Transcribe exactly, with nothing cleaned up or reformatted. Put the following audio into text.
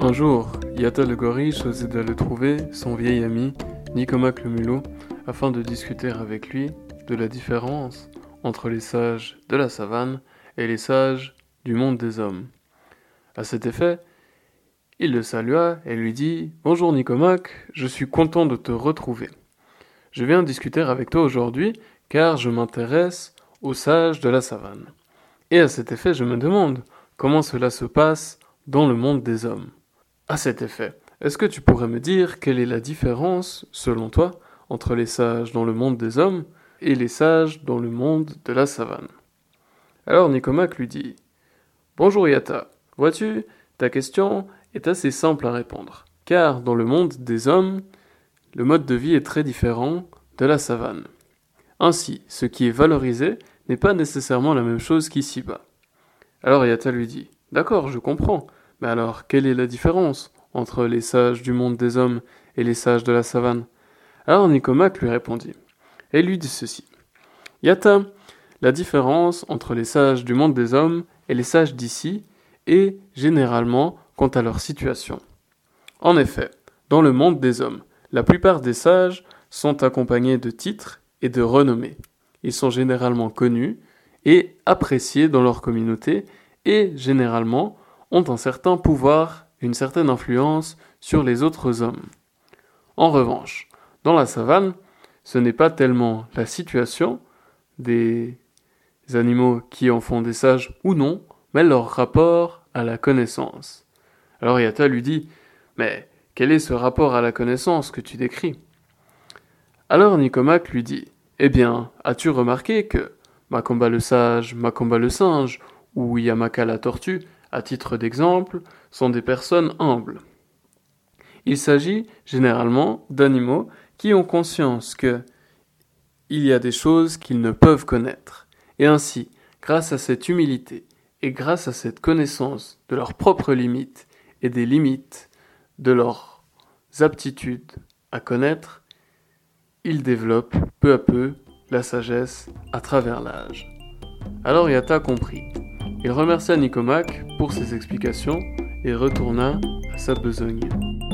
Un jour, Yatta le gorille choisit d'aller trouver son vieil ami, Nicomaque le mulot, afin de discuter avec lui de la différence entre les sages de la savane et les sages du monde des hommes. À cet effet, il le salua et lui dit « Bonjour Nicomaque, je suis content de te retrouver. Je viens discuter avec toi aujourd'hui car je m'intéresse aux sages de la savane. Et à cet effet, je me demande comment cela se passe dans le monde des hommes. À cet effet, est-ce que tu pourrais me dire quelle est la différence, selon toi, entre les sages dans le monde des hommes et les sages dans le monde de la savane ?» Alors Nicomaque lui dit « Bonjour Yatta, vois-tu, ta question est assez simple à répondre, car dans le monde des hommes, le mode de vie est très différent de la savane. Ainsi, ce qui est valorisé n'est pas nécessairement la même chose qu'ici-bas. » Alors Yatta lui dit « D'accord, je comprends, mais alors quelle est la différence entre les sages du monde des hommes et les sages de la savane ?» Alors Nicomaque lui répondit et lui dit ceci. « Yatta, la différence entre les sages du monde des hommes et les sages d'ici est généralement quant à leur situation. En effet, dans le monde des hommes, la plupart des sages sont accompagnés de titres et de renommées. Ils sont généralement connus et appréciés dans leur communauté et généralement ont un certain pouvoir, une certaine influence sur les autres hommes. En revanche, dans la savane, ce n'est pas tellement la situation des animaux qui en font des sages ou non, mais leur rapport à la connaissance. » Alors Yatta lui dit « Mais quel est ce rapport à la connaissance que tu décris ?» Alors Nicomaque lui dit « Eh bien, as-tu remarqué que Macamba le sage, Macamba le singe ou Yamaka la tortue, à titre d'exemple, sont des personnes humbles. Il s'agit généralement d'animaux qui ont conscience que il y a des choses qu'ils ne peuvent connaître. Et ainsi, grâce à cette humilité et grâce à cette connaissance de leurs propres limites et des limites de leurs aptitudes à connaître, ils développent peu à peu la sagesse à travers l'âge. » Alors Yatta comprit. Il remercia Nicomaque pour ses explications et retourna à sa besogne.